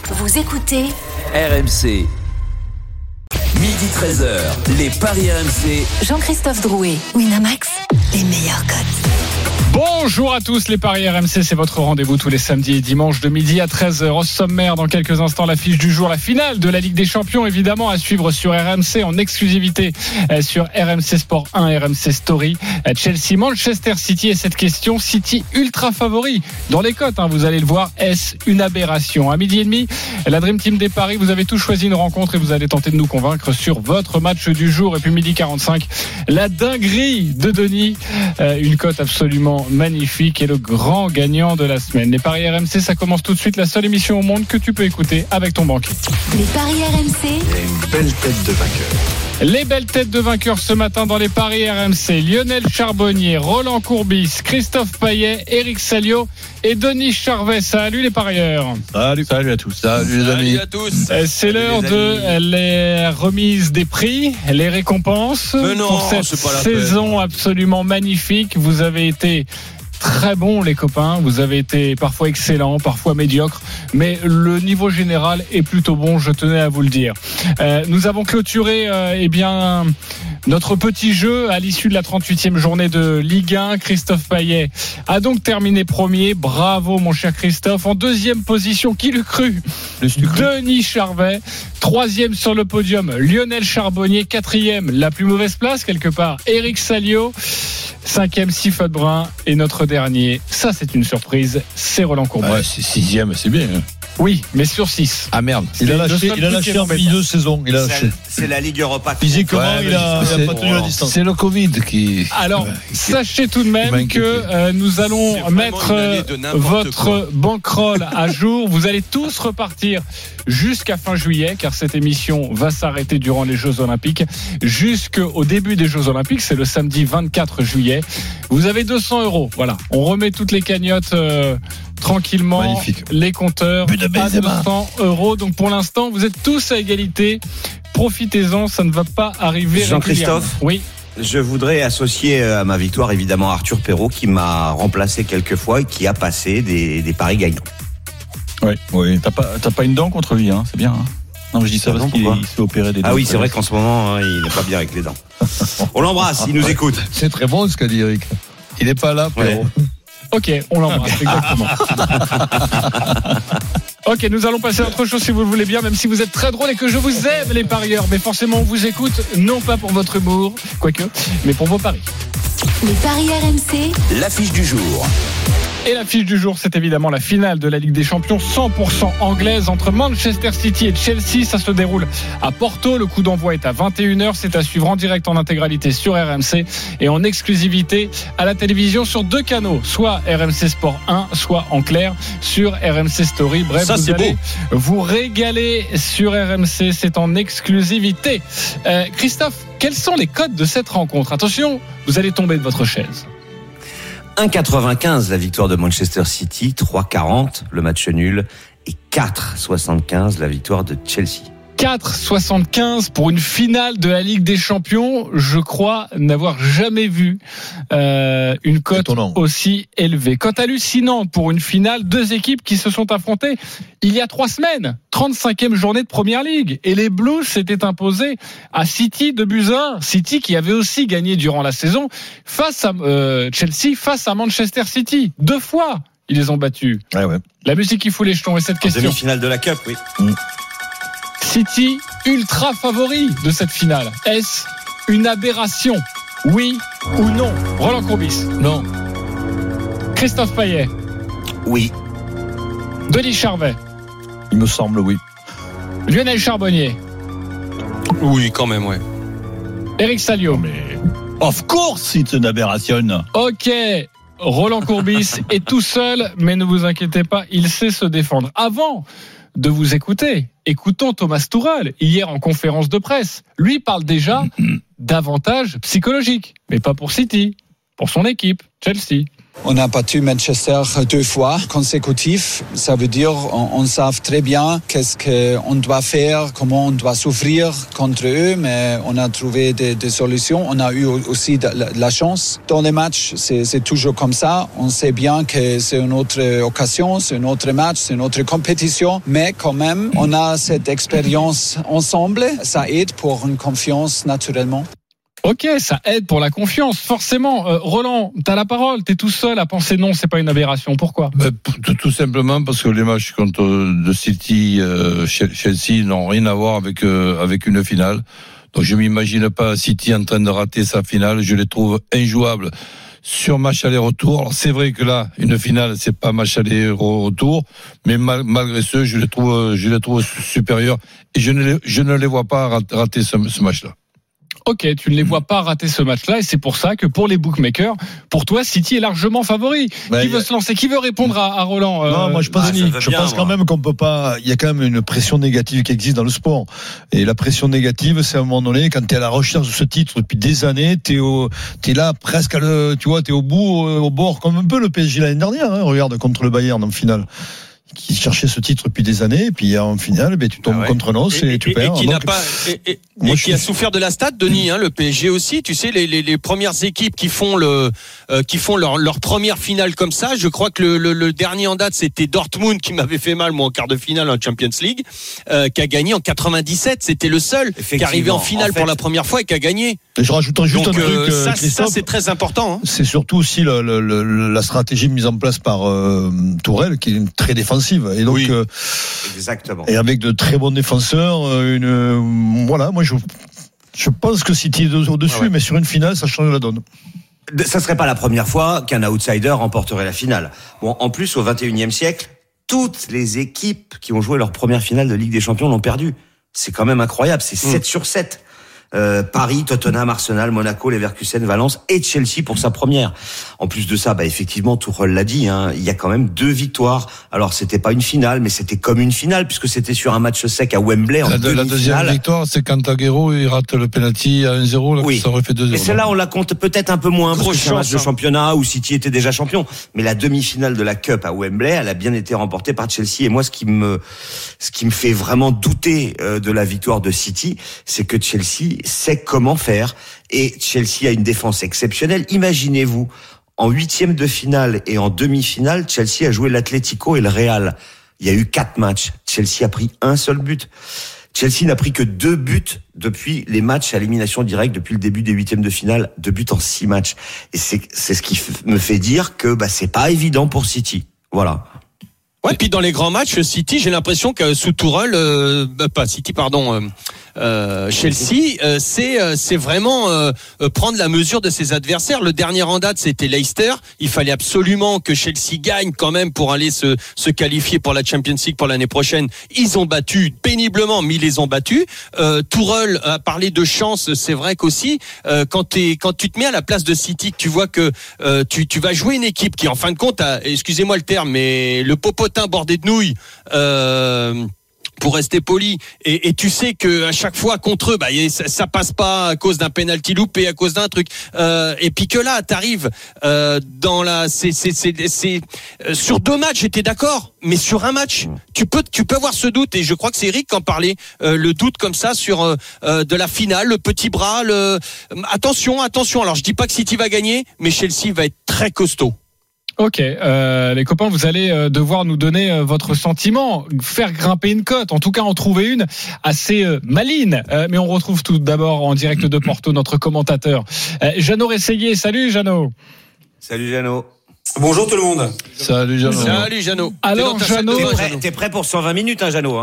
Vous écoutez RMC. Midi 13h, les paris RMC. Jean-Christophe Drouet, Winamax, les meilleurs cotes. Bonjour à tous, les paris RMC, c'est votre rendez-vous tous les samedis et dimanches de midi à 13h. Au sommaire, dans quelques instants, l'affiche du jour, la finale de la Ligue des Champions, évidemment, à suivre sur RMC en exclusivité sur RMC Sport 1, RMC Story. Chelsea, Manchester City, et cette question, City ultra favori dans les cotes, vous allez le voir, est-ce une aberration? À midi et demi, la Dream Team des paris, vous avez tous choisi une rencontre et vous allez tenter de nous convaincre sur votre match du jour. Et puis midi 45, la dinguerie de Denis, une cote absolument magnifique et le grand gagnant de la semaine. Les paris RMC, ça commence tout de suite, la seule émission au monde que tu peux écouter avec ton banquier. Les paris RMC. Il y a une belle tête de vainqueur. Les belles têtes de vainqueurs ce matin dans les paris RMC: Lionel Charbonnier, Roland Courbis, Christophe Payet, Eric Salio et Denis Charvet. Salut les parieurs. Salut à tous. Salut les amis. Salut à tous. C'est l'heure de les remises des prix, les récompenses pour cette saison absolument magnifique. Vous avez été très bons les copains, vous avez été parfois excellents, parfois médiocres, mais le niveau général est plutôt bon, je tenais à vous le dire. Nous avons clôturé notre petit jeu à l'issue de la 38e journée de Ligue 1. Christophe Payet a donc terminé premier. Bravo mon cher Christophe. En deuxième position, qui l'eût cru, Denis Charvet. Troisième sur le podium, Lionel Charbonnier. Quatrième, la plus mauvaise place quelque part, Eric Salio. Cinquième, Sifa de Brun. Et notre dernier, ça c'est une surprise, c'est Roland Courbis. Ouais, c'est sixième, c'est bien. Oui, mais sur 6. Ah merde. Il a lâché en milieu de saison. C'est la Ligue Europa. Physiquement, il a pas tenu la distance. C'est le Covid qui. Alors, sachez tout de même que nous allons mettre votre bankroll à jour. Vous allez tous repartir jusqu'à fin juillet, car cette émission va s'arrêter durant les Jeux Olympiques. Jusqu'au début des Jeux Olympiques, c'est le samedi 24 juillet. Vous avez 200 €. Voilà. On remet toutes les cagnottes tranquillement. Magnifique. Les compteurs à 200 €. Donc pour l'instant, vous êtes tous à égalité. Profitez-en, ça ne va pas arriver. Jean-Christophe, oui. Je voudrais associer à ma victoire évidemment Arthur Perrault, qui m'a remplacé quelques fois et qui a passé des paris gagnants. Oui. T'as pas une dent contre lui, c'est bien. Non, je dis ça parce qu'il s'est opéré des dents. Ah oui, c'est vrai qu'en ce moment, il n'est pas bien avec les dents. On l'embrasse, il nous écoute. C'est très bon ce qu'a dit Eric. Il n'est pas là, Perrault. Ouais. Ok, on l'embrasse, exactement. Ok, nous allons passer à autre chose si vous le voulez bien, même si vous êtes très drôle et que je vous aime les parieurs. Mais forcément, on vous écoute, non pas pour votre humour, quoique, mais pour vos paris. Les paris RMC. L'affiche du jour. Et l'affiche du jour, c'est évidemment la finale de la Ligue des Champions 100% anglaise entre Manchester City et Chelsea. Ça se déroule à Porto. Le coup d'envoi est à 21h. C'est à suivre en direct en intégralité sur RMC et en exclusivité à la télévision sur 2 canaux, soit RMC Sport 1, soit en clair sur RMC Story. Bref, ça, vous allez vous régaler sur RMC. C'est en exclusivité. Christophe, quels sont les codes de cette rencontre? Attention, vous allez tomber de votre chaise. 1,95 la victoire de Manchester City, 3,40 le match nul et 4,75 la victoire de Chelsea. 4,75 pour une finale de la Ligue des Champions. Je crois n'avoir jamais vu une cote aussi élevée. Cote hallucinante pour une finale. 2 équipes qui se sont affrontées il y a 3 semaines. 35e journée de Première Ligue. Et les Blues s'étaient imposés à City 2-1. City qui avait aussi gagné durant la saison face à Chelsea, face à Manchester City. 2 fois, ils les ont battus. Ouais. La musique qui fout les jetons. Et cette question. Demi-finale de la Cup, oui. City ultra favori de cette finale. Est-ce une aberration? Oui ou non? Roland Courbis? Non. Christophe Payet? Oui. Denis Charvet? Il me semble, oui. Lionel Charbonnier? Oui, quand même, ouais. Eric Salio? Of course, it's une aberration. Ok. Roland Courbis est tout seul, mais ne vous inquiétez pas, il sait se défendre. Avant de vous écouter, écoutons Thomas Tuchel hier en conférence de presse. Lui parle déjà d'avantages psychologiques, mais pas pour City, pour son équipe, Chelsea. On a battu Manchester 2 fois consécutifs. Ça veut dire on sait très bien qu'est-ce qu'on doit faire, comment on doit souffrir contre eux, mais on a trouvé des solutions. On a eu aussi de la chance. Dans les matchs, c'est toujours comme ça. On sait bien que c'est une autre occasion, c'est un autre match, c'est une autre compétition, mais quand même, on a cette expérience ensemble. Ça aide pour une confiance naturellement. Ok, ça aide pour la confiance, forcément. Roland, t'as la parole, t'es tout seul à penser non, c'est pas une aberration. Pourquoi ? Tout simplement parce que les matchs contre de City, Chelsea n'ont rien à voir avec une finale. Donc je m'imagine pas City en train de rater sa finale. Je les trouve injouables sur match aller-retour. Alors c'est vrai que là, une finale, c'est pas match aller-retour, mais malgré ce, je les trouve supérieurs et je ne les vois pas rater ce match-là. Ok, tu ne les vois pas rater ce match-là et c'est pour ça que pour les bookmakers, pour toi, City est largement favori. Qui veut se lancer ? Qui veut répondre à Roland ? Non, moi je pense quand même qu'on peut pas. Il y a quand même une pression négative qui existe dans le sport. Et la pression négative, c'est à un moment donné quand tu es à la recherche de ce titre depuis des années, t'es là presque t'es au bout, au bord, comme un peu le PSG l'année dernière. Regarde contre le Bayern en finale, qui cherchait ce titre depuis des années, et puis en finale, tu tombes contre Nos et tu perds. Et qui a souffert de la stat, Denis, le PSG aussi. Tu sais, les premières équipes qui font leur première finale comme ça. Je crois que le dernier en date, c'était Dortmund qui m'avait fait mal, moi, en quart de finale en Champions League, qui a gagné en 97. C'était le seul qui arrivait en finale pour la première fois et qui a gagné. Et je rajouterais juste un truc, ça c'est très important. C'est surtout aussi la stratégie mise en place par Tourelle, qui est très défensive. Et donc, exactement. Et avec de très bons défenseurs, moi je pense que City est au-dessus, mais sur une finale, ça change la donne. Ça serait pas la première fois qu'un outsider remporterait la finale. Bon, en plus, au 21e siècle, toutes les équipes qui ont joué leur première finale de Ligue des Champions l'ont perdue. C'est quand même incroyable, c'est 7 sur 7. Paris, Tottenham, Arsenal, Monaco, Leverkusen, Valence et Chelsea pour sa première. En plus de ça, effectivement, Tuchel l'a dit, il y a quand même 2 victoires. Alors, c'était pas une finale, mais c'était comme une finale puisque c'était sur un match sec à Wembley en demi-finale. La deuxième victoire, c'est quand Agüero il rate le penalty à 1-0, oui. Ça aurait fait 2-0. Mais celle-là, on la compte peut-être un peu moins parce que c'est un match de championnat où City était déjà champion. Mais la demi-finale de la Cup à Wembley, elle a bien été remportée par Chelsea. Et moi, ce qui me fait vraiment douter de la victoire de City, c'est que Chelsea sait comment faire. Et Chelsea a une défense exceptionnelle. Imaginez-vous, en 8e de finale et en demi-finale, Chelsea a joué l'Atlético et le Real. Il y a eu 4 matchs. Chelsea a pris un seul but. Chelsea n'a pris que 2 buts depuis les matchs à élimination directe, depuis le début des 8e de finale, 2 buts en 6 matchs. Et c'est ce qui me fait dire que c'est pas évident pour City. Voilà. Ouais, puis dans les grands matchs, City, j'ai l'impression que sous Tourelle, Chelsea, c'est vraiment prendre la mesure de ses adversaires. Le dernier en date, c'était Leicester. Il fallait absolument que Chelsea gagne quand même pour aller se qualifier pour la Champions League pour l'année prochaine. Ils ont battu péniblement, mais ils les ont battus. Tourelle a parlé de chance. C'est vrai qu'aussi, quand tu te mets à la place de City, que tu vois que tu vas jouer une équipe qui, en fin de compte, excusez-moi le terme, mais le popotin bordé de nouilles. Pour rester poli, et tu sais que à chaque fois contre eux, ça passe pas à cause d'un penalty loupé, à cause d'un truc, et puis que là t'arrives dans c'est sur 2 matchs, j'étais d'accord, mais sur un match, tu peux avoir ce doute, et je crois que c'est Eric qui en parlait, le doute comme ça sur de la finale, le petit bras, attention. Alors je dis pas que City va gagner, mais Chelsea va être très costaud. Ok, les copains, vous allez devoir nous donner votre sentiment, faire grimper une cote, en tout cas en trouver une assez maligne. Mais on retrouve tout d'abord en direct de Porto notre commentateur, Jeannot Rességuier. Salut Jeannot. Salut Jeannot. Bonjour tout le monde. Salut Jeannot. Alors Jeannot, t'es prêt pour 120 minutes, Jeannot,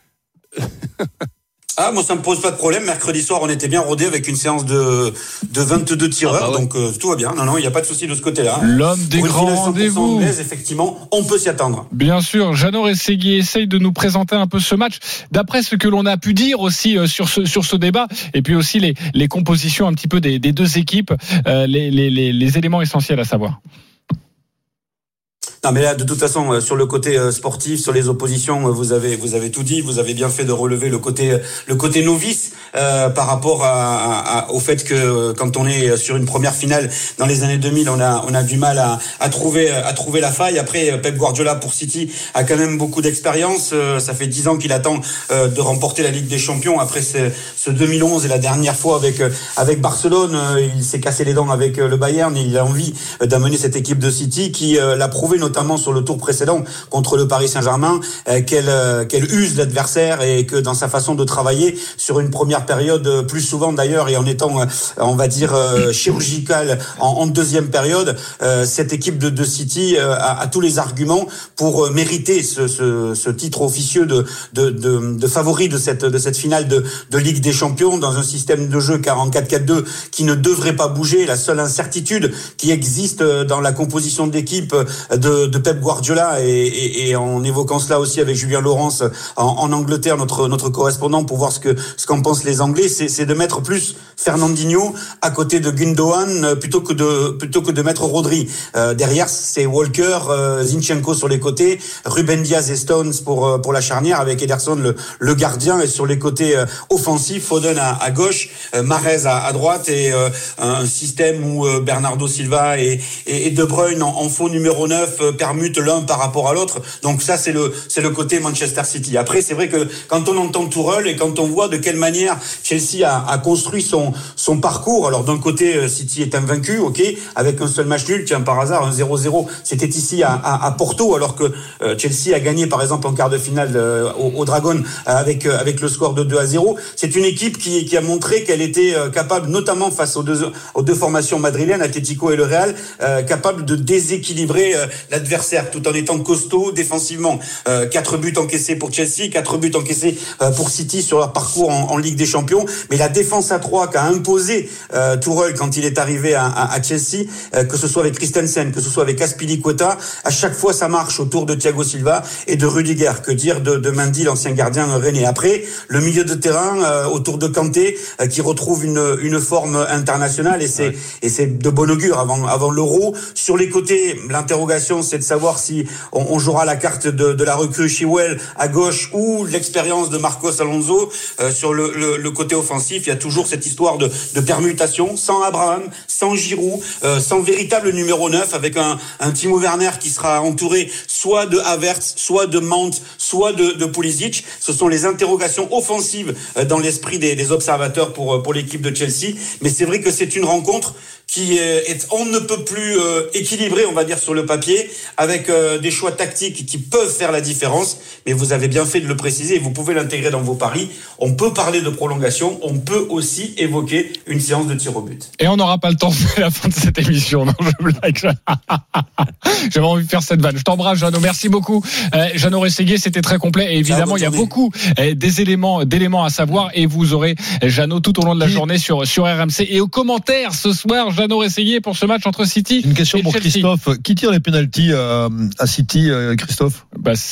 moi ça me pose pas de problème. Mercredi soir on était bien rodé avec une séance de 22 tireurs, donc tout va bien. Non, il n'y a pas de souci de ce côté-là. L'homme des grands rendez-vous. Anglaise, effectivement, on peut s'y attendre. Bien sûr, Jeannot Rességuier essaye de nous présenter un peu ce match, d'après ce que l'on a pu dire aussi sur ce débat, et puis aussi les compositions un petit peu des 2 équipes, les éléments essentiels à savoir. Non, mais là, de toute façon, sur le côté sportif, sur les oppositions, vous avez tout dit. Vous avez bien fait de relever le côté novice par rapport au fait que quand on est sur une première finale dans les années 2000, on a du mal à trouver la faille. Après, Pep Guardiola pour City a quand même beaucoup d'expérience. Ça fait 10 ans qu'il attend de remporter la Ligue des Champions. Après ce 2011 et la dernière fois avec Barcelone, il s'est cassé les dents avec le Bayern. Et il a envie d'amener cette équipe de City qui l'a prouvé notamment sur le tour précédent contre le Paris Saint-Germain qu'elle use l'adversaire et que dans sa façon de travailler sur une première période plus souvent d'ailleurs et en étant on va dire chirurgical en deuxième période, cette équipe de City a tous les arguments pour mériter ce titre officieux de favori de cette finale de Ligue des Champions dans un système de jeu 44-4-2 qui ne devrait pas bouger. La seule incertitude qui existe dans la composition de l'équipe de Pep Guardiola et en évoquant cela aussi avec Julien Laurence en Angleterre, notre correspondant, pour voir ce qu'en pensent les Anglais, c'est de mettre plus Fernandinho à côté de Gundogan plutôt que de mettre Rodri. Derrière, c'est Walker, Zinchenko sur les côtés, Ruben Diaz et Stones pour la charnière avec Ederson le gardien, et sur les côtés offensifs, Foden à gauche, Mahrez à droite, et un système où Bernardo Silva et De Bruyne en faux numéro 9 permutent l'un par rapport à l'autre. Donc ça, c'est le côté Manchester City. Après, c'est vrai que quand on entend Tourelle et quand on voit de quelle manière Chelsea a construit son parcours, alors d'un côté, City est invaincu, ok, avec un seul match nul, tiens, par hasard, un 0-0, c'était ici à Porto, alors que Chelsea a gagné, par exemple, en quart de finale au Dragon avec le score de 2-0. C'est une équipe qui a montré qu'elle était capable, notamment face aux deux formations madrilènes, Atlético et le Real, capable de déséquilibrer l'adversaire tout en étant costaud défensivement. 4 buts encaissés pour Chelsea, 4 buts encaissés pour City sur leur parcours en Ligue des Champions, mais la défense à 3 qu'a imposé Tourelle quand il est arrivé à Chelsea, que ce soit avec Christensen, que ce soit avec Azpilicueta, à chaque fois ça marche autour de Thiago Silva et de Rudiger. Que dire de Mendy, l'ancien gardien rennais. Après, le milieu de terrain autour de Kanté qui retrouve une forme internationale, et c'est de bon augure avant l'Euro. Sur les côtés, l'interrogation, c'est de savoir si on jouera la carte de la recrue Chilwell à gauche ou l'expérience de Marcos Alonso sur le côté offensif. Il y a toujours cette histoire de permutation, sans Abraham, sans Giroud, sans véritable numéro 9, avec un Timo Werner qui sera entouré soit de Havertz, soit de Mount, soit de Pulisic. Ce sont les interrogations offensives dans l'esprit des observateurs pour l'équipe de Chelsea. Mais c'est vrai que c'est une rencontre qui est on ne peut plus équilibré, on va dire, sur le papier, avec des choix tactiques qui peuvent faire la différence. Mais vous avez bien fait de le préciser et vous pouvez l'intégrer dans vos paris. On peut parler de prolongation, on peut aussi évoquer une séance de tir au but. Et on n'aura pas le temps de la fin de cette émission. Non, je blague. J'avais envie de faire cette vanne. Je t'embrasse, Jeannot. Merci beaucoup. Jeannot Rességuier, c'était très complet. Et évidemment, il y a beaucoup d'éléments à savoir. Et vous aurez Jeannot tout au long de la journée sur RMC. Et aux commentaires ce soir, Jeannot Rességuier pour ce match entre City Une question et pour Chelsea. Christophe. Qui tire les pénaltys à City, Christophe?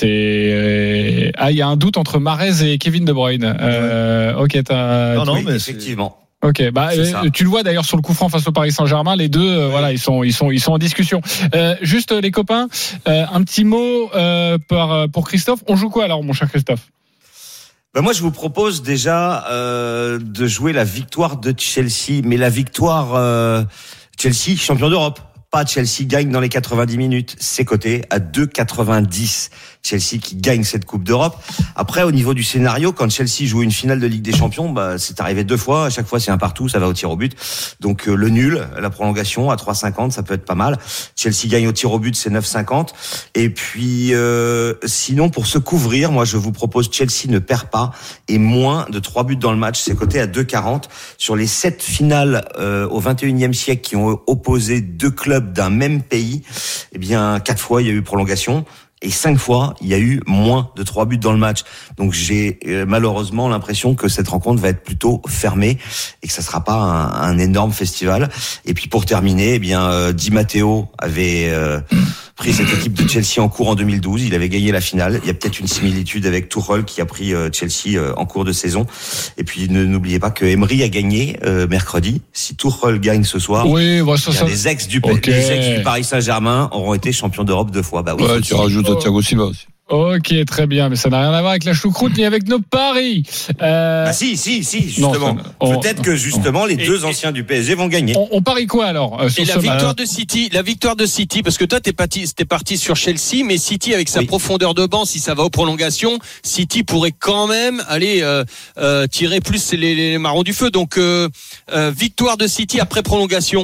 Il y a un doute entre Mahrez et Kevin De Bruyne. Ok, Non, mais effectivement. Ok, tu le vois d'ailleurs sur le coup franc face au Paris Saint-Germain, les deux, voilà, ils sont en discussion. Juste les copains, un petit mot pour Christophe. On joue quoi alors, mon cher Christophe? Moi, je vous propose déjà de jouer la victoire de Chelsea, mais la victoire Chelsea champion d'Europe. Pas Chelsea gagne dans les 90 minutes. C'est coté à 2,90. Chelsea qui gagne cette Coupe d'Europe. Après, au niveau du scénario, quand Chelsea joue une finale de Ligue des Champions, c'est arrivé 2 fois. À chaque fois, c'est un partout, ça va au tir au but. Donc, le nul, la prolongation à 3,50, ça peut être pas mal. Chelsea gagne au tir au but, c'est 9,50. Et puis, sinon, pour se couvrir, moi, je vous propose Chelsea ne perd pas et moins de 3 buts dans le match. C'est coté à 2,40. Sur les 7 finales au 21e siècle qui ont opposé 2 clubs d'un même pays, 4 fois, il y a eu prolongation. Et 5 fois, il y a eu moins de 3 buts dans le match. Donc j'ai malheureusement l'impression que cette rencontre va être plutôt fermée et que ça sera pas un énorme festival. Et puis pour terminer, Di Matteo avait pris cette équipe de Chelsea en cours en 2012. Il avait gagné la finale. Il y a peut-être une similitude avec Tuchel qui a pris Chelsea en cours de saison. Et puis n'oubliez pas que Emery a gagné mercredi. Si Tuchel gagne ce soir, les ex du Paris Saint-Germain auront été champions d'Europe 2 fois. Bah oui. Ouais, tu rajoutes Thiago Silva aussi. Ok, très bien, mais ça n'a rien à voir avec la choucroute ni avec nos paris. Si, justement. Peut-être que justement les deux anciens du PSG vont gagner. On parie quoi alors et la victoire de City, parce que toi t'es parti sur Chelsea, mais City avec sa profondeur de banc, si ça va aux prolongations, City pourrait quand même aller tirer plus les marrons du feu. Donc victoire de City après prolongation.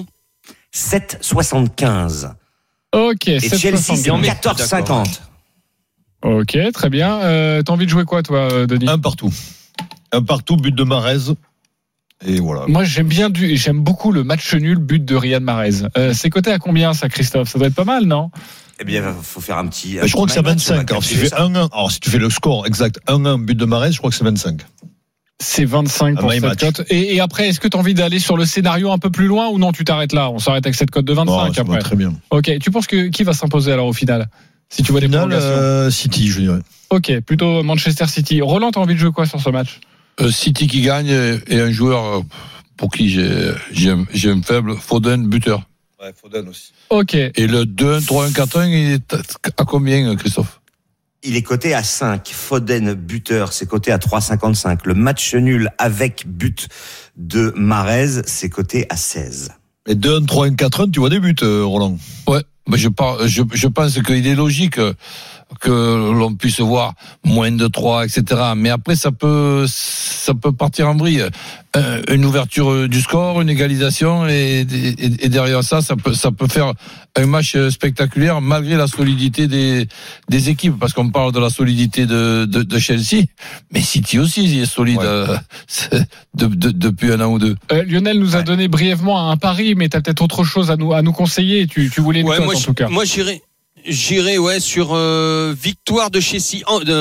7,75. Ok. Et Chelsea c'est 14,50. Ok, très bien. T'as envie de jouer quoi, toi, Denis ? Un partout, but de Mahrez. Et voilà. Moi, j'aime beaucoup le match nul, but de Riyad Mahrez. C'est coté à combien, ça, Christophe ? Ça doit être pas mal, non ? Eh bien, il faut faire un petit. Je crois que c'est 25. Alors, si tu fais 1-1, si tu fais le score exact, 1-1, but de Mahrez, je crois que c'est 25. C'est 25 pour cette cote. Et après, est-ce que tu as envie d'aller sur le scénario un peu plus loin ou non, tu t'arrêtes là ? On s'arrête avec cette cote de 25 après. Très bien. Ok, tu penses que qui va s'imposer alors au final ? Si tu vois des prolongations. City, je dirais. Ok, plutôt Manchester City. Roland, t'as envie de jouer quoi sur ce match ? City qui gagne et un joueur pour qui j'ai un faible, Foden, buteur. Ouais, Foden aussi. Ok. Et le 2-1, 3-1, 4-1, il est à combien, Christophe ? Il est coté à 5. Foden, buteur, c'est coté à 3,55. Le match nul avec but de Mahrez, c'est coté à 16. Et 2-1, 3-1, 4-1, tu vois des buts, Roland ? Ouais. Mais je pense qu'il est logique que l'on puisse voir moins de 3, etc. Mais après, ça peut partir en vrille. Une ouverture du score, une égalisation, et derrière ça peut faire un match spectaculaire malgré la solidité des équipes. Parce qu'on parle de la solidité de Chelsea, mais City aussi est solide depuis un an ou deux. Lionel nous a donné brièvement un pari, mais tu as peut-être autre chose à nous conseiller. Tu voulais une cote en tout cas. Moi, j'irai sur victoire de Chelsea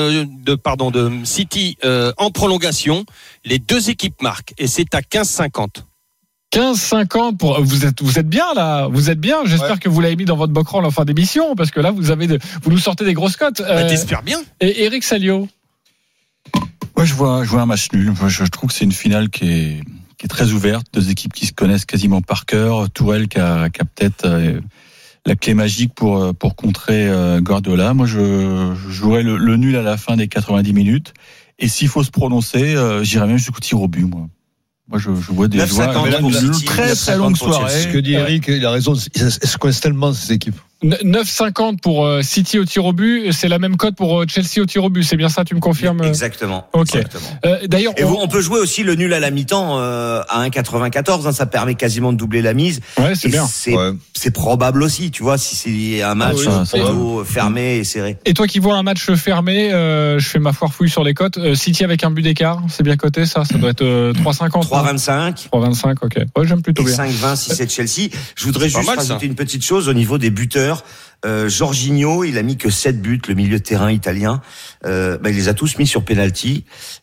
de City en prolongation. Les deux équipes marquent et c'est à 15,50. 15,50 pour vous êtes bien là, vous êtes bien. J'espère que vous l'avez mis dans votre bankroll en fin d'émission parce que là vous nous sortez des grosses cotes. T'espères bien. Et Eric Salio. Moi je vois un match nul. Je trouve que c'est une finale qui est très ouverte, deux équipes qui se connaissent quasiment par cœur. Tourelle qui a peut-être la clé magique pour contrer Guardiola. Moi je jouerais le nul à la fin des 90 minutes. Et s'il faut se prononcer, j'irais même jusqu'au tir au but, moi. Moi, je vois des joueurs une très longue soirée. Ce que dit Eric, il a raison. Elles se connaissent tellement, ces équipes. 9,50 pour City au tir au but, c'est la même cote pour Chelsea au tir au but, c'est bien ça, tu me confirmes ? Exactement. Ok. D'ailleurs, on peut jouer aussi le nul à la mi-temps à 1,94, ça permet quasiment de doubler la mise. Ouais, c'est bien. C'est probable aussi, tu vois, si c'est un match plutôt fermé et serré. Et toi qui vois un match fermé, je fais ma foire fouille sur les cotes. City avec un but d'écart, c'est bien coté ça doit être 3,50. 3,25. 3,25, ok. Ouais, j'aime plutôt et bien. 5,20 si c'est Chelsea. Je voudrais juste rajouter une petite chose au niveau des buteurs. Jorginho, il a mis que 7 buts, le milieu de terrain italien. Il les a tous mis sur penalty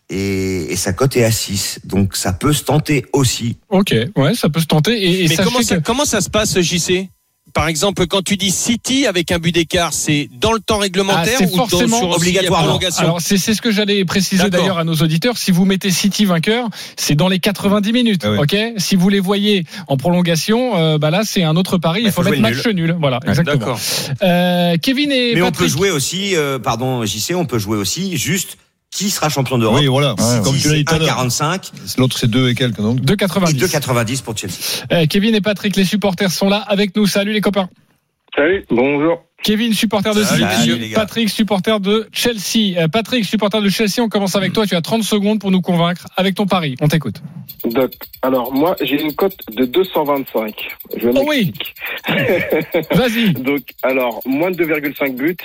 et sa cote est à 6. Donc ça peut se tenter aussi. Ok, ouais, ça peut se tenter. Mais comment ça se passe, JC ? Par exemple, quand tu dis City avec un but d'écart, c'est dans le temps réglementaire ou forcément obligatoirement. Alors c'est ce que j'allais préciser d'ailleurs à nos auditeurs. Si vous mettez City vainqueur, c'est dans les 90 minutes. Ok. Si vous les voyez en prolongation, là c'est un autre pari. Il faut mettre match nul. Voilà, exactement. Kevin et mais Patrick. On peut jouer aussi, JC, on peut jouer aussi juste. Qui sera champion d'Europe ? Oui, voilà. Comme tu l'as dit tout à l'heure. 1,45. L'autre, c'est 2 et quelques, donc. 2,90. 2,90 pour Chelsea. Kevin et Patrick, les supporters sont là avec nous. Salut les copains. Salut, bonjour. Kevin, supporter de City. Patrick, supporter de Chelsea. Patrick, supporter de Chelsea, on commence avec toi. Tu as 30 secondes pour nous convaincre avec ton pari. On t'écoute. Alors, moi, j'ai une cote de 225. Je m'explique. Vas-y. Donc, alors, moins de 2,5 buts.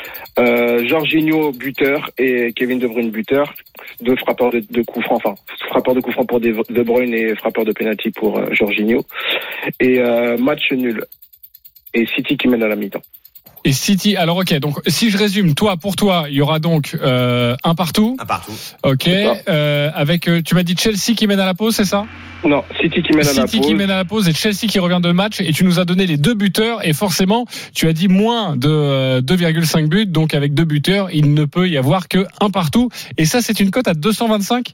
Jorginho, buteur, et Kevin De Bruyne, buteur. Deux frappeurs de coups francs. Enfin, frappeurs de coups francs pour De Bruyne et frappeurs de penalty pour Jorginho. Et match nul. Et City qui mène à la mi-temps. Et City, alors ok, donc si je résume, pour toi, il y aura donc un partout. Un partout. Ok, avec, tu m'as dit Chelsea qui mène à la pause, c'est ça? Non, City qui mène à la pause. City qui mène à la pause et Chelsea qui revient de match, et tu nous as donné les 2 buteurs, et forcément, tu as dit moins de 2,5 buts, donc avec 2 buteurs, il ne peut y avoir que un partout, et ça c'est une cote à 225.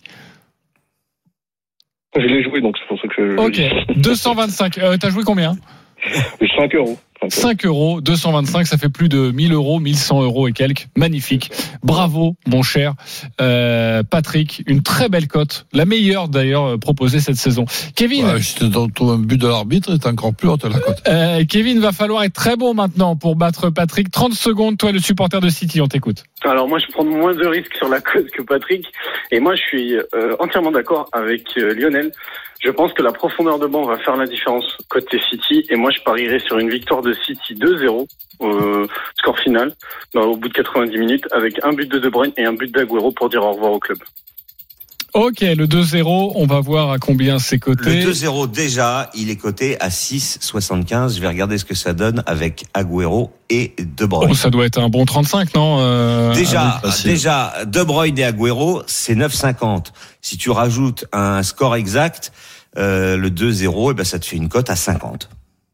Je l'ai joué, donc c'est pour ça que Ok, 225, t'as joué combien? 5 euros. 5 euros, 225, ça fait plus de 1000 euros, 1100 euros et quelques. Magnifique. Bravo, mon cher Patrick. Une très belle cote. La meilleure, d'ailleurs, proposée cette saison. Kevin. Ouais, je te trouve un but de l'arbitre, est encore plus haute la cote. Kevin, va falloir être très bon maintenant pour battre Patrick. 30 secondes, toi, le supporter de City, on t'écoute. Alors, moi, je prends moins de risques sur la cote que Patrick. Et moi, je suis entièrement d'accord avec Lionel. Je pense que la profondeur de banc va faire la différence côté City, et moi je parierais sur une victoire de City 2-0 score final au bout de 90 minutes, avec un but de De Bruyne et un but d'Aguero pour dire au revoir au club. Ok, le 2-0, on va voir à combien c'est coté. Le 2-0 déjà, il est coté à 6,75. Je vais regarder ce que ça donne avec Agüero et De Bruyne. Oh, ça doit être un bon 35, non Déjà, De Bruyne et Agüero, c'est 9,50. Si tu rajoutes un score exact, le 2-0, et ben ça te fait une cote à 50.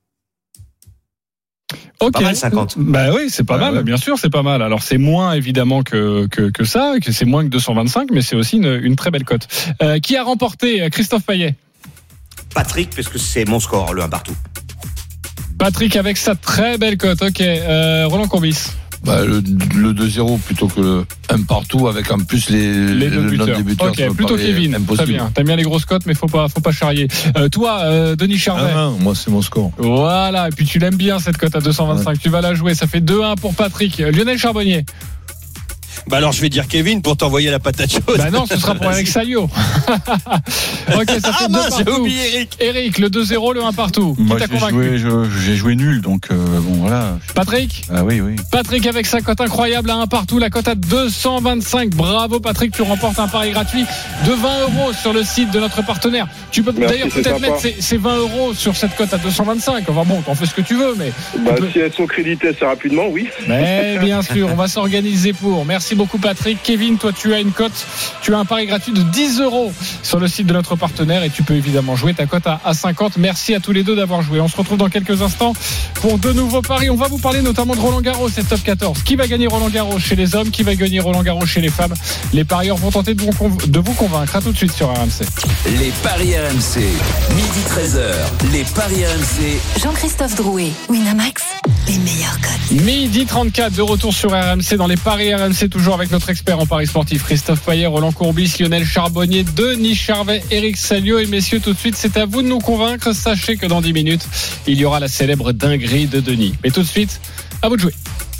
Ok. Pas mal 50. Bah oui, c'est pas mal, ouais. Bien sûr, c'est pas mal. Alors c'est moins évidemment que ça, que c'est moins que 225, mais c'est aussi une très belle cote. Qui a remporté, Christophe Payet? Patrick, puisque c'est mon score, le 1 partout. Patrick avec sa très belle cote. Ok, Roland Courbis. Bah, le 2-0 plutôt que le 1 partout, avec en plus le nom des buteurs. Ok, plutôt Kevin. Impossible. Très bien. T'as bien les grosses cotes, mais faut pas charrier. Toi, Denis Charvet. Moi, c'est mon score. Voilà. Et puis tu l'aimes bien cette cote à 225. Ouais. Tu vas la jouer. Ça fait 2-1 pour Patrick. Lionel Charbonnier. Bah alors je vais dire Kevin pour t'envoyer la patate chaude. Bah non, ce sera pour Eric Salio. Ok, ça fait 2 partout. J'ai oublié Eric, le 2-0, le 1 partout. Moi, j'ai joué nul, donc bon voilà. Patrick. Ah oui. Patrick avec sa cote incroyable à 1 partout, la cote à 225. Bravo Patrick, tu remportes un pari gratuit de 20 euros sur le site de notre partenaire. Tu peux d'ailleurs peut-être mettre ces 20 euros sur cette cote à 225. Enfin bon, t'en fais ce que tu veux, mais. Si elles sont créditées assez rapidement, oui. Mais bien sûr, on va s'organiser pour. Merci beaucoup Patrick. Kevin, toi tu as une cote, tu as un pari gratuit de 10 euros sur le site de notre partenaire, et tu peux évidemment jouer ta cote à 50. Merci à tous les deux d'avoir joué. On se retrouve dans quelques instants pour de nouveaux paris. On va vous parler notamment de Roland Garros, c'est top 14. Qui va gagner Roland Garros chez les hommes, qui va gagner Roland Garros chez les femmes? Les parieurs vont tenter de vous convaincre. À tout de suite sur RMC. Les paris RMC, midi 13h. Les paris RMC. Jean-Christophe Drouet, Winamax, les meilleurs cotes. Midi 34 de retour sur RMC dans les paris RMC, toujours avec notre expert en paris sportif Christophe Payet, Roland Courbis, Lionel Charbonnier, Denis Charvet, Eric Salio. Et messieurs, tout de suite, c'est à vous de nous convaincre. Sachez que dans 10 minutes, il y aura la célèbre dinguerie de Denis. Mais tout de suite, à vous de jouer.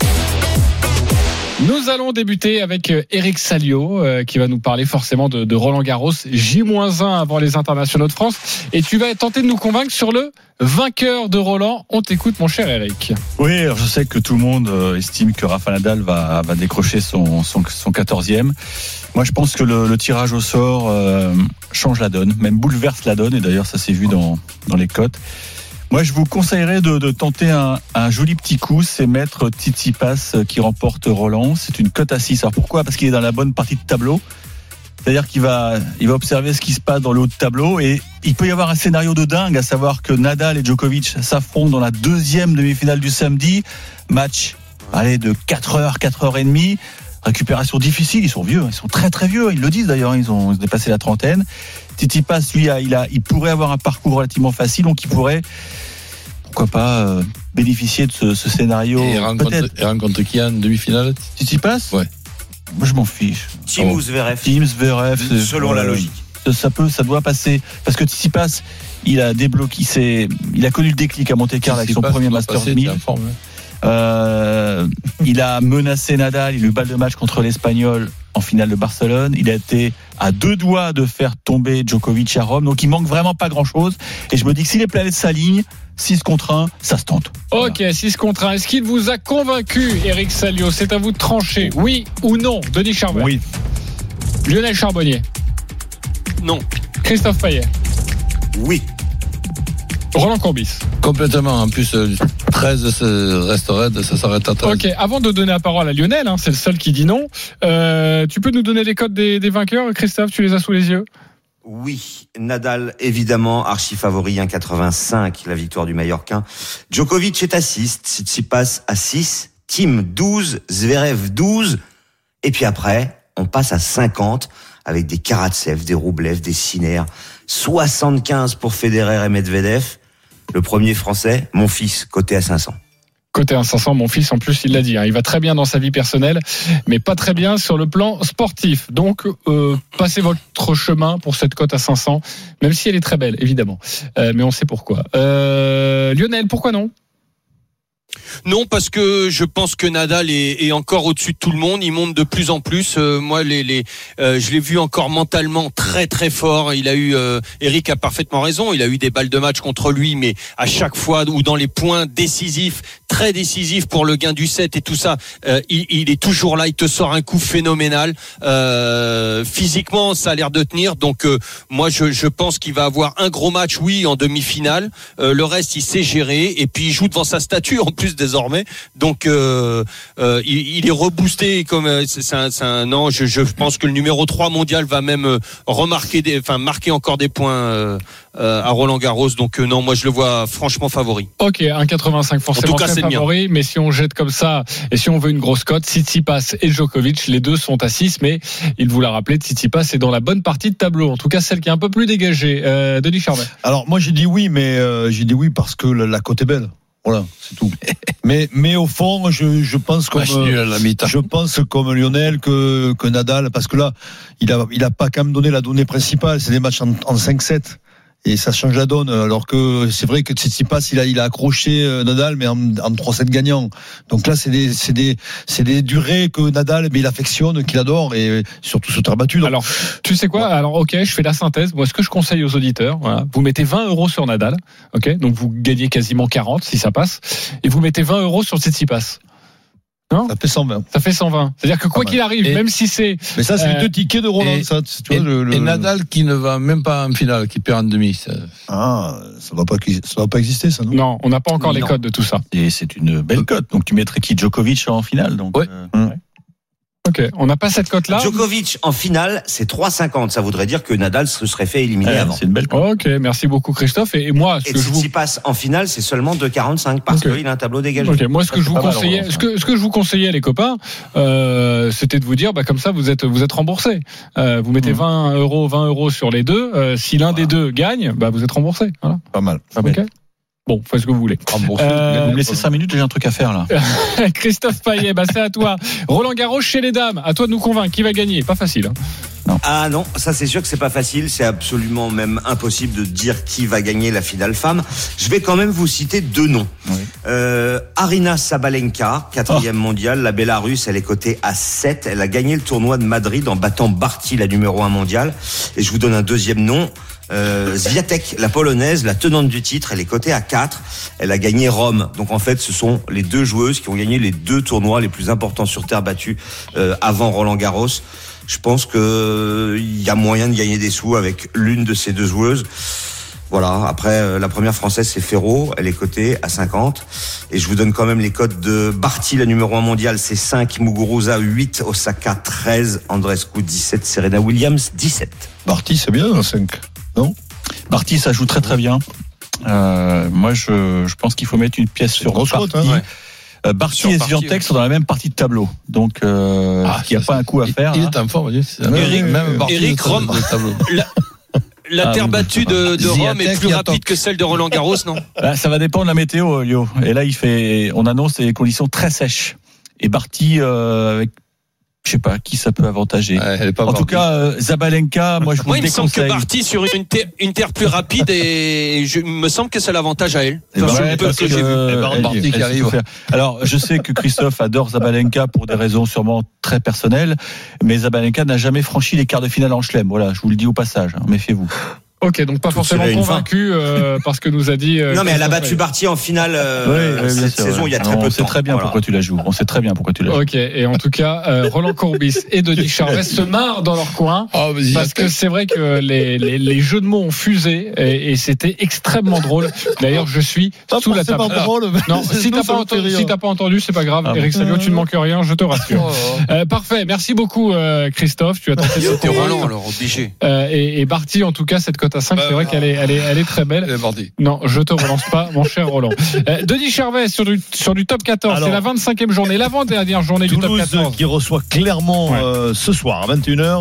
Nous allons débuter avec Eric Salio qui va nous parler forcément de Roland Garros, J-1 avant les internationaux de France, et tu vas tenter de nous convaincre sur le vainqueur de Roland. On t'écoute mon cher Eric. Oui, alors je sais que tout le monde estime que Rafa Nadal va décrocher son 14e. Moi je pense que le tirage au sort change la donne, même bouleverse la donne, et d'ailleurs ça s'est vu dans les cotes. Moi, je vous conseillerais de tenter un joli petit coup, c'est mettre Tsitsipas qui remporte Roland. C'est une cote à 6. Alors pourquoi ? Parce qu'il est dans la bonne partie de tableau. C'est-à-dire qu'il va observer ce qui se passe dans le haut de tableau, et il peut y avoir un scénario de dingue, à savoir que Nadal et Djokovic s'affrontent dans la 2e demi-finale du samedi. Match, de 4h, 4h30. Récupération difficile, ils sont vieux, ils sont très très vieux, ils le disent d'ailleurs, ils ont dépassé la trentaine. Tsitsipas, lui, il pourrait avoir un parcours relativement facile, donc il pourrait, pourquoi pas, bénéficier de ce scénario. Et rencontre qui en demi-finale? Tsitsipas ? Ouais. Moi je m'en fiche. Team ou Zverev, selon la logique. Ça doit passer, parce que Tsitsipas, il a débloqué, il a connu le déclic à Monte-Carlo avec son premier Masters 1000. Il a menacé Nadal, il a eu balle de match contre l'Espagnol en finale de Barcelone. Il a été à 2 doigts de faire tomber Djokovic à Rome. Donc il manque vraiment pas grand chose. Et je me dis que si les planètes s'alignent, 6 contre 1, ça se tente. Ok, voilà. 6 contre 1. Est-ce qu'il vous a convaincu, Eric Salio? C'est à vous de trancher. Oui ou non, Denis Charvet? Oui. Lionel Charbonnier? Non. Christophe Payet? Oui. Roland Courbis? Complètement. En plus, 13 reste raide, ça s'arrête à 13. Ok, avant de donner la parole à Lionel, c'est le seul qui dit non, tu peux nous donner les codes des vainqueurs, Christophe, tu les as sous les yeux? Oui, Nadal, évidemment, archi favori, 1,85, la victoire du Mallorquin. Djokovic est à 6, Tsitsipas à 6, Thiem 12, Zverev 12, et puis après, on passe à 50, avec des Karatsev, des Roublev, des Sinner, 75 pour Federer et Medvedev. Le premier français, mon fils, coté à 500. Côté 1,500, mon fils, en plus, il l'a dit. Il va très bien dans sa vie personnelle, mais pas très bien sur le plan sportif. Donc, passez votre chemin pour cette cote à 500, même si elle est très belle, évidemment. Mais on sait pourquoi. Lionel, pourquoi non ? Non, parce que je pense que Nadal est encore au-dessus de tout le monde. Il monte de plus en plus. Moi, je l'ai vu encore mentalement très très fort. Il a eu, Eric a parfaitement raison. Il a eu des balles de match contre lui, mais à chaque fois ou dans les points décisifs, très décisifs pour le gain du set et tout ça, il est toujours là. Il te sort un coup phénoménal. Physiquement, ça a l'air de tenir. Donc, moi, je pense qu'il va avoir un gros match, oui, en demi-finale. Le reste, il sait gérer et puis il joue devant sa statue en plus désormais, donc il est reboosté comme non, je pense que le numéro 3 mondial va même marquer encore des points à Roland-Garros, donc non, moi je le vois franchement favori. Ok, 1,85 forcément très favori, mais si on jette comme ça et si on veut une grosse cote, Tsitsipas et Djokovic, les deux sont à 6, mais il vous l'a rappelé, Tsitsipas est dans la bonne partie de tableau, en tout cas celle qui est un peu plus dégagée. Denis Charvet. Alors moi j'ai dit oui, mais j'ai dit oui parce que la cote est belle. Voilà, c'est tout. Mais au fond, je pense comme Lionel que Nadal, parce que là, il a pas quand même donné la donnée principale. C'est des matchs en 5-7. Et ça change la donne, alors que c'est vrai que Tsitsipas il a accroché Nadal, mais en 3-7 gagnants. Donc là c'est des durées que Nadal, mais il affectionne, qu'il adore, et surtout ce terre battu. Alors tu sais quoi, alors ok, je fais la synthèse. Moi, ce que je conseille aux auditeurs, voilà, vous mettez 20 € sur Nadal, ok, donc vous gagnez quasiment 40 si ça passe, et vous mettez 20 € sur Tsitsipas. Non, ça fait 120. Ça fait 120. C'est-à-dire que quoi qu'il arrive, même si c'est... Mais ça, c'est 2 tickets de Roland, ça. Tu vois, et Nadal qui ne va même pas en finale, qui perd en demi. Ça va pas exister, ça, non? Non, on n'a pas encore les codes de tout ça. Et c'est une belle cote. Donc tu mettrais qui, Djokovic en finale, donc. Ouais. Ok, on n'a pas cette cote-là. Djokovic en finale, c'est 3,50. Ça voudrait dire que Nadal se serait fait éliminer avant. C'est une belle cote. Ok, merci beaucoup Christophe. Et moi, s'il passe en finale, c'est seulement 2,45 parce qu'il a un tableau dégagé. Ok, moi ce que je vous conseillais, les copains, c'était de vous dire, comme ça vous êtes remboursé. Vous mettez 20 € sur les deux. Si l'un des deux gagne, vous êtes remboursé. Voilà. Pas mal. Ok. Bon, faites ce que vous voulez. Vous me laissez 5 minutes, j'ai un truc à faire là. Christophe Payet, c'est à toi. Roland Garros chez les dames, à toi de nous convaincre. Qui va gagner? Pas facile. Hein. Non. Ah non, ça c'est sûr que c'est pas facile. C'est absolument même impossible de dire qui va gagner la finale femme. Je vais quand même vous citer 2 noms. Oui. Aryna Sabalenka, 4e mondiale. La Bélarusse, elle est cotée à 7. Elle a gagné le tournoi de Madrid en battant Barty, la numéro 1 mondiale. Et je vous donne un deuxième nom. Swiatek, la polonaise, la tenante du titre, elle est cotée à 4. Elle a gagné Rome. Donc en fait, ce sont les 2 joueuses qui ont gagné les 2 tournois les plus importants sur terre battue avant Roland Garros. Je pense que il y a moyen de gagner des sous avec l'une de ces 2 joueuses. Voilà. Après, la première française, c'est Ferro. Elle est cotée à 50. Et je vous donne quand même les codes de Barty, la numéro 1 mondiale, c'est 5. Muguruza, 8. Osaka, 13. Andreescu, 17. Serena Williams, 17. Barty, c'est bien, 5. Non? Barty, ça joue très très bien. Moi, je pense qu'il faut mettre une pièce sur Barty. Barty et Swiatek sont dans la même partie de tableau, donc il n'y a pas un coup à faire. Il est en forme. Eric Rome. La terre battue de Rome est plus rapide que celle de Roland Garros, non? Ça va dépendre de la météo, Lio. Et là, on annonce des conditions très sèches. Et Barty, avec, je sais pas qui ça peut avantager. En tout cas, Zabalenka, moi je vous le déconseille. Il me semble que Barty sur une terre plus rapide, et il me semble que c'est l'avantage à elle. Barty qui arrive. Alors, je sais que Christophe adore Zabalenka pour des raisons sûrement très personnelles, mais Zabalenka n'a jamais franchi les quarts de finale en chelem. Voilà, je vous le dis au passage, méfiez-vous. Ok, donc pas forcément convaincu parce que nous a dit. Non, mais elle a battu Barty en finale cette saison il y a très peu de temps. On sait très bien pourquoi tu la joues. On sait très bien pourquoi tu la joues. Ok, et en tout cas, Roland Courbis et Denis Charvet se marrent dans leur coin parce que c'est vrai que les jeux de mots ont fusé et c'était extrêmement drôle. D'ailleurs, je suis sous la table. Non, si t'as pas entendu, c'est pas grave. Eric Salio, tu ne manques rien, je te rassure. Parfait, merci beaucoup Christophe. Tu as tenté de Roland, alors obligé. Et Barty, en tout cas, cette cote à 5, c'est vrai qu'elle est très belle. Non, je te relance pas, mon cher Roland. Denis Charvet sur du top 14. Alors, c'est la 25e journée, l'avant-dernière journée du top 14. Toulouse qui reçoit Clermont ce soir à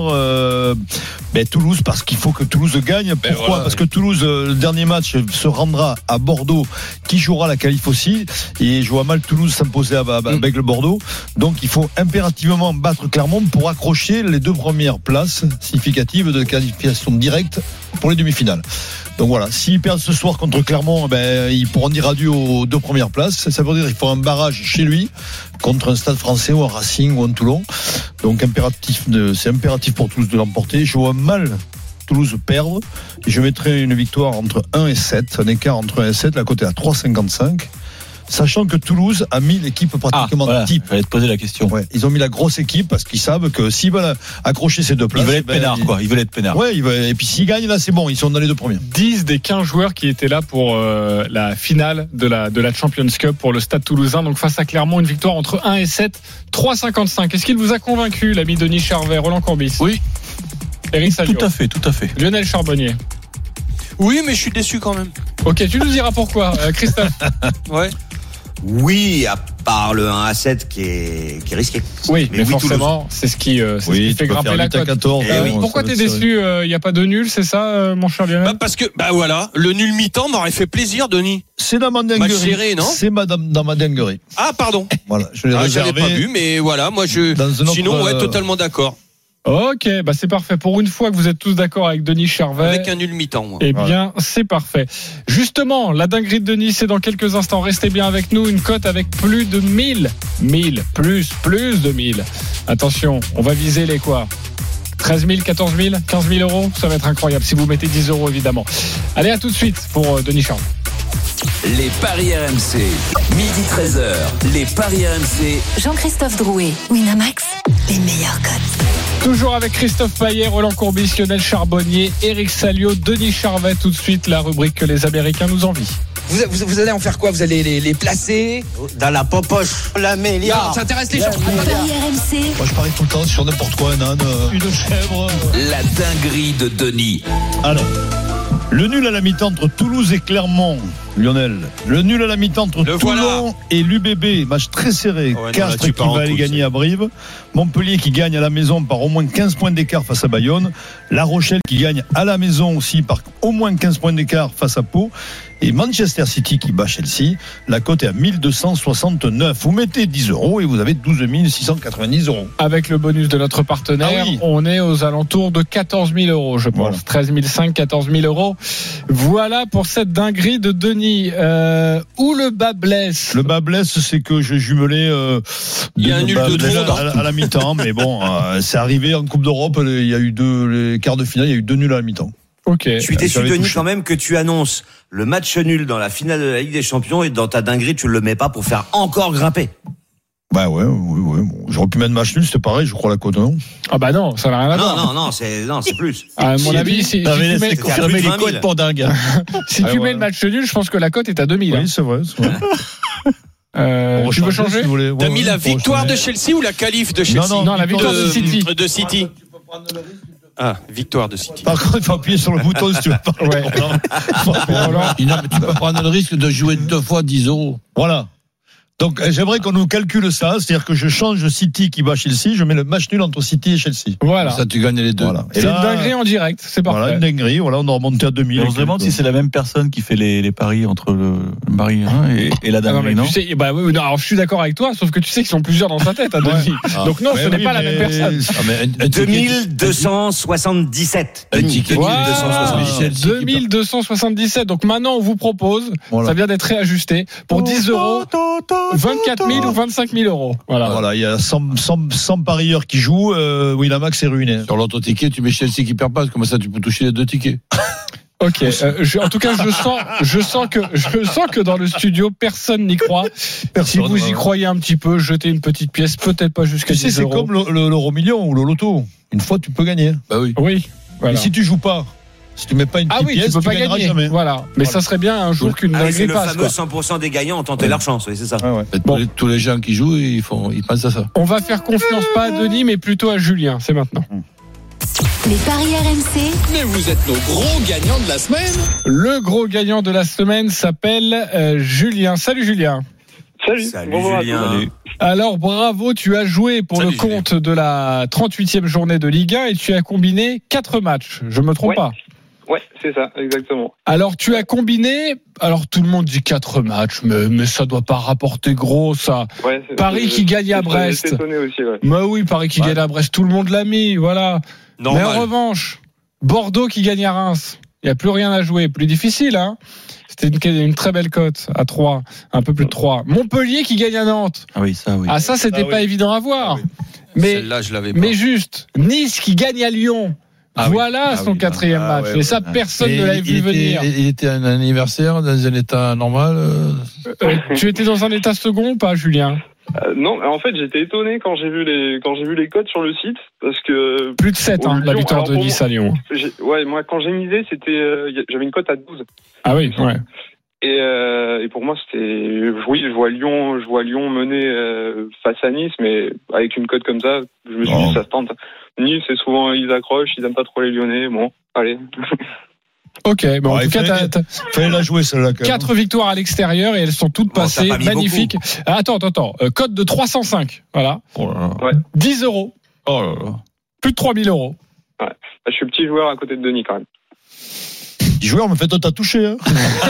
21h. Toulouse, parce qu'il faut que Toulouse gagne. Pourquoi ? Parce que Toulouse, le dernier match, se rendra à Bordeaux, qui jouera la qualif aussi. Et je vois mal Toulouse s'imposer avec le Bordeaux. Donc il faut impérativement battre Clermont pour accrocher les 2 premières places significatives de qualification directe pour les demi-finales. Donc voilà, s'ils perdent ce soir contre Clermont, ils pourront dire adieu aux 2 premières places. Ça veut dire qu'il faut un barrage chez lui contre un Stade Français ou un Racing ou un Toulon. Donc c'est impératif pour Toulouse de l'emporter. Je vois mal Toulouse perdre et je mettrai une victoire entre 1 et 7, un écart entre 1 et 7, la cote est à 3,55. Sachant que Toulouse a mis l'équipe pratiquement type. J'allais te poser la question. Ouais, ils ont mis la grosse équipe parce qu'ils savent que s'ils veulent accrocher ces 2 places, ils veulent être peinards, quoi. Ils veulent être peinards. Ouais, et puis s'ils gagnent là, c'est bon, ils sont dans les 2 premiers. 10 des 15 joueurs qui étaient là pour la finale de la Champions Cup pour le Stade Toulousain. Donc face à Clermont, une victoire entre 1 et 7, 3,55. Est-ce qu'il vous a convaincu, l'ami Denis Charvet, Roland Courbis ? Oui. Eric Salio ? Tout à fait. Lionel Charbonnier ? Oui, mais je suis déçu quand même. Ok, tu nous diras pourquoi. Christophe ? Ouais. Oui, à part le 1 à 7 qui est risqué. Oui, mais forcément, c'est ce qui fait grimper la cote. 14, pourquoi t'es déçu ? Il n'y a pas de nul, c'est ça, mon cher Lionel ? Parce que, voilà, le nul mi-temps m'aurait fait plaisir, Denis. C'est dans ma dinguerie. Serré, non ? C'est dans ma dinguerie. Ah, pardon. Voilà, je l'ai réservé. J'avais pas vu, mais voilà, moi sinon, totalement d'accord. Ok, c'est parfait. Pour une fois que vous êtes tous d'accord avec Denis Charvet. Avec un nul mi-temps, moi. Eh bien, c'est parfait. Justement, la dinguerie de Denis, c'est dans quelques instants. Restez bien avec nous. Une cote avec plus de 1000. Plus de 1000. Attention, on va viser les quoi ? 13 000, 14 000, 15 000 euros. Ça va être incroyable si vous mettez 10 euros, évidemment. Allez, à tout de suite pour Denis Charvet. Les paris RMC, midi 13h, les paris RMC. Jean-Christophe Drouet, Winamax, les meilleurs cotes. Toujours avec Christophe Payet, Roland Courbis, Lionel Charbonnier, Eric Salio, Denis Charvet. Tout de suite, la rubrique que les Américains nous envient. Vous allez en faire quoi ? Vous allez les placer dans la popoche, la mélia. Ça intéresse les gens. Paris RMC. Moi, je parie tout le temps sur n'importe quoi, un âne, une chèvre. La dinguerie de Denis. Alors, le nul à la mi-temps entre Toulouse et Clermont. Lionel, le nul à la mi-temps entre Toulon et l'UBB, match très serré. Castres qui va aller gagner à Brive, Montpellier qui gagne à la maison par au moins 15 points d'écart face à Bayonne, La Rochelle qui gagne à la maison aussi par au moins 15 points d'écart face à Pau, et Manchester City qui bat Chelsea. La cote est à 1269. Vous mettez 10 euros et vous avez 12 690 euros. Avec le bonus de notre partenaire, on est aux alentours de 14 000 euros, je pense. Voilà. 13 500, 14 000 euros. Voilà pour cette dinguerie de Denis. Où le bas blesse ? Le bas blesse, c'est que je jumelais il y a un nul de trop à la mi-temps, mais bon, c'est arrivé en Coupe d'Europe, il y a eu les quarts de finale, il y a eu 2 nuls à la mi-temps. Ok. Je suis déçu, Denis, quand même, que tu annonces le match nul dans la finale de la Ligue des Champions et dans ta dinguerie, tu le mets pas pour faire encore grimper. Bah ouais. Bon. J'aurais pu mettre match nul, c'était pareil, je crois, la cote, non ? Ah bah non, ça n'a rien à voir. Non, c'est plus. À mon avis, si tu mets les cotes pour dingue. Si tu mets le match nul, je pense que la cote est à 2000. Oui, c'est vrai. Tu veux changer ? T'as mis la victoire de Chelsea ou la qualif de Chelsea ? Non, la victoire de City. De City. Victoire de City. Par contre, il faut appuyer sur le bouton si tu veux parler. Tu peux prendre le risque de jouer 2 fois 10 euros. Voilà. Donc j'aimerais qu'on nous calcule ça, c'est-à-dire que je change City qui bat Chelsea, je mets le match nul entre City et Chelsea. Voilà. Ça tu gagnes les deux. Voilà. C'est une dinguerie en direct, c'est parfait. Voilà, une dinguerie, on a remonté à 2000. On se demande si c'est la même personne qui fait les paris entre le Mari et la dinguerie, non, tu sais, alors je suis d'accord avec toi, sauf que tu sais qu'ils sont plusieurs dans sa tête à Denis. Donc non, ce n'est pas la même personne. 2277. 2277. Donc maintenant on vous propose, ça vient d'être réajusté, pour 10 euros. 24 000 ou 25 000 euros. Voilà, il y a 100 parieurs qui jouent. Winamax est ruiné. Sur l'autre ticket, tu mets Chelsea qui perd pas. Comme ça, tu peux toucher les 2 tickets. Ok. En tout cas, je sens que dans le studio, personne n'y croit. Si vous y croyez un petit peu, jetez une petite pièce, peut-être pas jusqu'à 10 c'est euros. C'est comme l'euro million ou le loto. Une fois, tu peux gagner. Bah oui. Oui. Voilà. Mais si tu joues pas, si tu mets pas une petite pièce, tu peux pas gagner. Jamais. Voilà. Mais ça serait bien un jour qu'une dinguerie passe. Le fameux 100% des gagnants ont tenté leur chance, oui, c'est ça. Ah ouais. Tous les gens qui jouent, ils pensent à ça. On va faire confiance pas à Denis, mais plutôt à Julien. C'est maintenant. Les paris RMC. Mais vous êtes nos gros gagnants de la semaine. Le gros gagnant de la semaine s'appelle Julien. Salut Julien. Salut Julien. Salut. Alors bravo, tu as joué pour le compte de la 38e journée de Ligue 1 et tu as combiné 4 matchs. Je me trompe pas? Ouais, c'est ça, exactement. Alors tu as combiné, alors tout le monde dit 4 matchs, mais ça doit pas rapporter gros ça. Ouais, Paris qui gagne à Brest. J'étais étonné aussi, ouais. Bah oui, Paris qui gagne à Brest, tout le monde l'a mis, voilà. Normal. Mais en revanche, Bordeaux qui gagne à Reims, il n'y a plus rien à jouer, plus difficile, hein. C'était une très belle cote à 3, un peu plus de 3. Montpellier qui gagne à Nantes. Ah oui, ça oui. Ah ça c'était pas évident à voir. Ah oui. Celle-là, je l'avais pas. Mais juste, Nice qui gagne à Lyon. Voilà son 4e match. Et ça, personne ne l'avait vu venir. Il était un anniversaire dans un état normal. Tu étais dans un état second ou pas, Julien? Non, en fait, j'étais étonné quand j'ai vu les codes sur le site parce que plus de 7 la victoire de Nice à Lyon. Ouais, moi quand j'ai misé, j'avais une cote à 12. Ah oui, ouais. Et pour moi, c'était oui, je vois Lyon mener face à Nice, mais avec une cote comme ça, je me suis dit ça se tente. Nice, c'est souvent ils accrochent, ils aiment pas trop les Lyonnais. Bon, allez. Ok, bon, en tout cas, fallait la jouer celle-là. 4 victoires à l'extérieur et elles sont toutes passées, magnifiques. Attends, code de 305, voilà. Oh là là. Ouais. 10 euros. Oh là là. Plus de 3000 euros. Ouais. Je suis petit joueur à côté de Denis quand même. Petit joueur, mais fait toi t'as touché. Hein.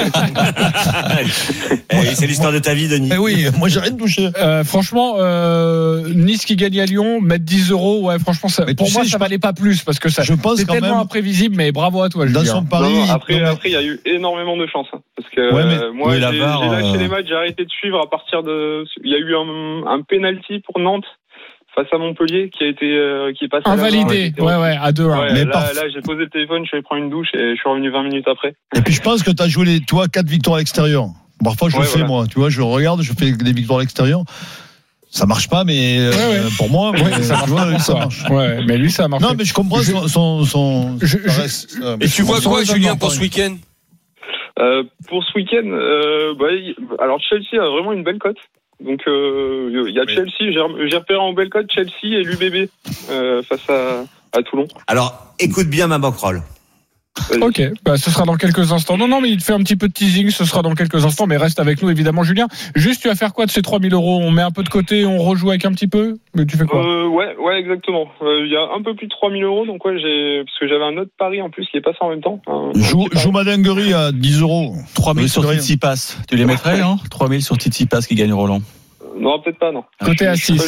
C'est l'histoire de ta vie, Denis. Oui, moi j'ai rien touché. Franchement, Nice qui gagne à Lyon, mettre 10 euros, ouais, franchement, ça, pour moi, ça valait pas plus parce que ça, c'est tellement même imprévisible, mais bravo à toi, Julien. Dans son pari. Après, il y a eu énormément de chance. Hein, parce que moi, j'ai lâché les matchs, j'ai arrêté de suivre à partir de. Il y a eu un penalty pour Nantes. Face à Montpellier qui est passé invalidé, à 2-1. Mais là, j'ai posé le téléphone, je suis allé prendre une douche et je suis revenu 20 minutes après. Et puis je pense que tu as joué 4 victoires à l'extérieur. Parfois je le fais moi, tu vois, je regarde, je fais des victoires à l'extérieur. Ça marche pas, mais pour moi, ça marche. Ouais, mais lui ça marche. Non, mais je comprends son et tu vois quoi, Julien, pour ce week-end? Pour ce week-end, alors Chelsea a vraiment une belle cote. Donc il y a Chelsea, j'ai repéré en belle cote Chelsea et l'UBB face à Toulon. Alors écoute bien ma bankroll. Ok, ce sera dans quelques instants. Non, mais il te fait un petit peu de teasing, ce sera dans quelques instants, mais reste avec nous évidemment, Julien. Juste, tu vas faire quoi de ces 3000 euros? On met un peu de côté, on rejoue avec un petit peu? Mais tu fais quoi? Ouais, exactement. Il y a un peu plus de 3000 euros, donc parce que j'avais un autre pari en plus qui est passé en même temps. Joue ma dinguerie à 10 euros. 3000 sur Tsitsipas. Tu les mettrais, non? 3000 sur Tsitsipas qui gagne Roland. Non, peut-être pas, non. Côté à 6.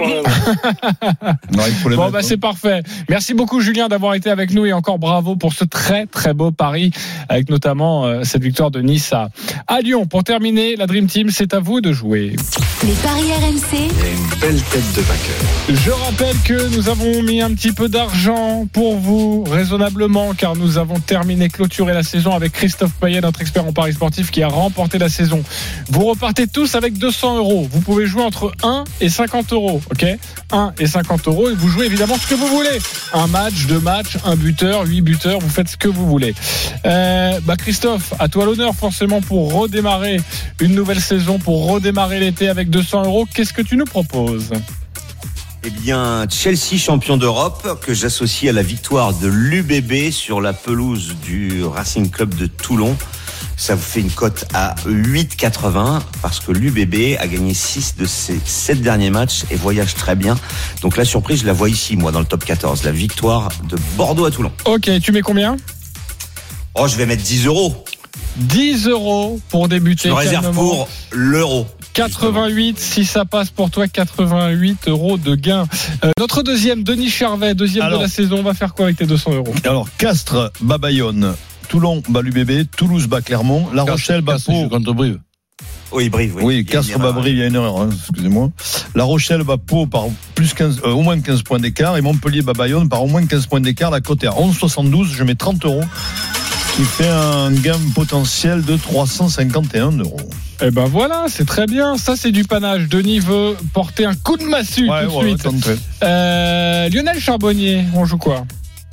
Bon, c'est parfait. Merci beaucoup, Julien, d'avoir été avec nous et encore bravo pour ce très, très beau pari avec notamment cette victoire de Nice à Lyon. Pour terminer, la Dream Team, c'est à vous de jouer. Les paris RMC. Il y a une belle tête de vainqueur. Je rappelle que nous avons mis un petit peu d'argent pour vous, raisonnablement, car nous avons clôturé la saison avec Christophe Payet, notre expert en paris sportif, qui a remporté la saison. Vous repartez tous avec 200 euros. Vous pouvez jouer entre 1 et 50 euros, ok? 1 et 50 euros, et vous jouez évidemment ce que vous voulez. Un match, 2 matchs, 1 buteur, 8 buteurs, vous faites ce que vous voulez. Christophe, à toi l'honneur forcément pour redémarrer une nouvelle saison, pour redémarrer l'été avec 200 euros. Qu'est-ce que tu nous proposes? Eh bien, Chelsea champion d'Europe, que j'associe à la victoire de l'UBB sur la pelouse du Racing Club de Toulon. Ça vous fait une cote à 8,80 parce que l'UBB a gagné 6 de ses 7 derniers matchs et voyage très bien. Donc la surprise, je la vois ici, moi, dans le top 14. La victoire de Bordeaux à Toulon. Ok, tu mets combien? Je vais mettre 10 euros. 10 euros pour débuter. Je me réserve pour l'euro. 88, si ça passe pour toi, 88 euros de gain. Notre deuxième, Denis Charvet, de la saison, va faire quoi avec tes 200 euros? Alors, Castres bat Bayonne, Toulon bat l'UBB, Toulouse bat Clermont, La Rochelle bat Pau contre Brive. Oui, Brive. Oui, Castres bat Brive, il y a une erreur, excusez-moi. La Rochelle bat Pau par au moins 15 points d'écart et Montpellier bat Bayonne par au moins 15 points d'écart. La cote est à 11,72, je mets 30 euros. qui fait un gain potentiel de 351 €. Eh ben voilà, c'est très bien. Ça, c'est du panache. Denis veut porter un coup de massue tout de suite. Lionel Charbonnier, on joue quoi ?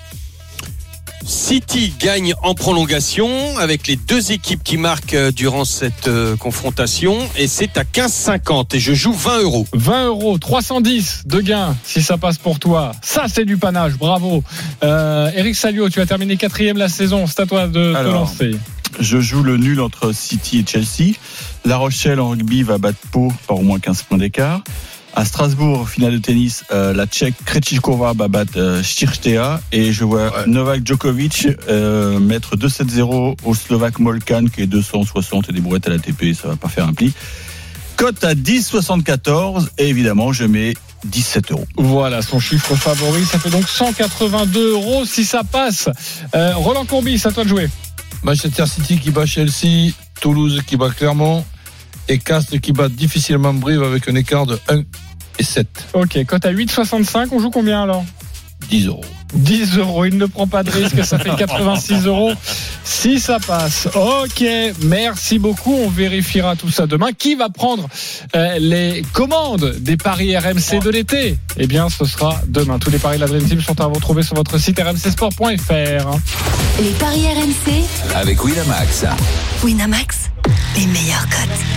City gagne en prolongation avec les deux équipes qui marquent durant cette confrontation et c'est à 15,50 et je joue 20 €. 20 €, 310 de gain si ça passe pour toi. Ça, c'est du panache, bravo. Eric Salio, tu as terminé 4e la saison, c'est à toi de te lancer. Je joue le nul entre City et Chelsea. La Rochelle en rugby va battre Pau par au moins 15 points d'écart. À Strasbourg, finale de tennis, la Tchèque Krejcikova va battre Stirtea et je vois Novak Djokovic mettre 2-7-0 au Slovaque Molkan qui est 260 et des brouettes à l'ATP, ça va pas faire un pli. Cote à 10,74 et évidemment je mets 17 €. Voilà son chiffre favori, ça fait donc 182 € si ça passe. Roland Courbis, c'est à toi de jouer. Manchester City qui bat Chelsea, Toulouse qui bat Clermont et Castres qui bat difficilement Brive avec un écart de 1 et 7. Ok, cote à 8,65, on joue combien alors ? 10 €. 10 €, il ne prend pas de risque, ça fait 86 € si ça passe. Ok, merci beaucoup, on vérifiera tout ça demain. Qui va prendre les commandes des paris RMC de l'été ? Eh bien, ce sera demain. Tous les paris de la Dream Team sont à retrouver sur votre site rmcsport.fr. Les paris RMC avec Winamax. Winamax, les meilleurs cotes.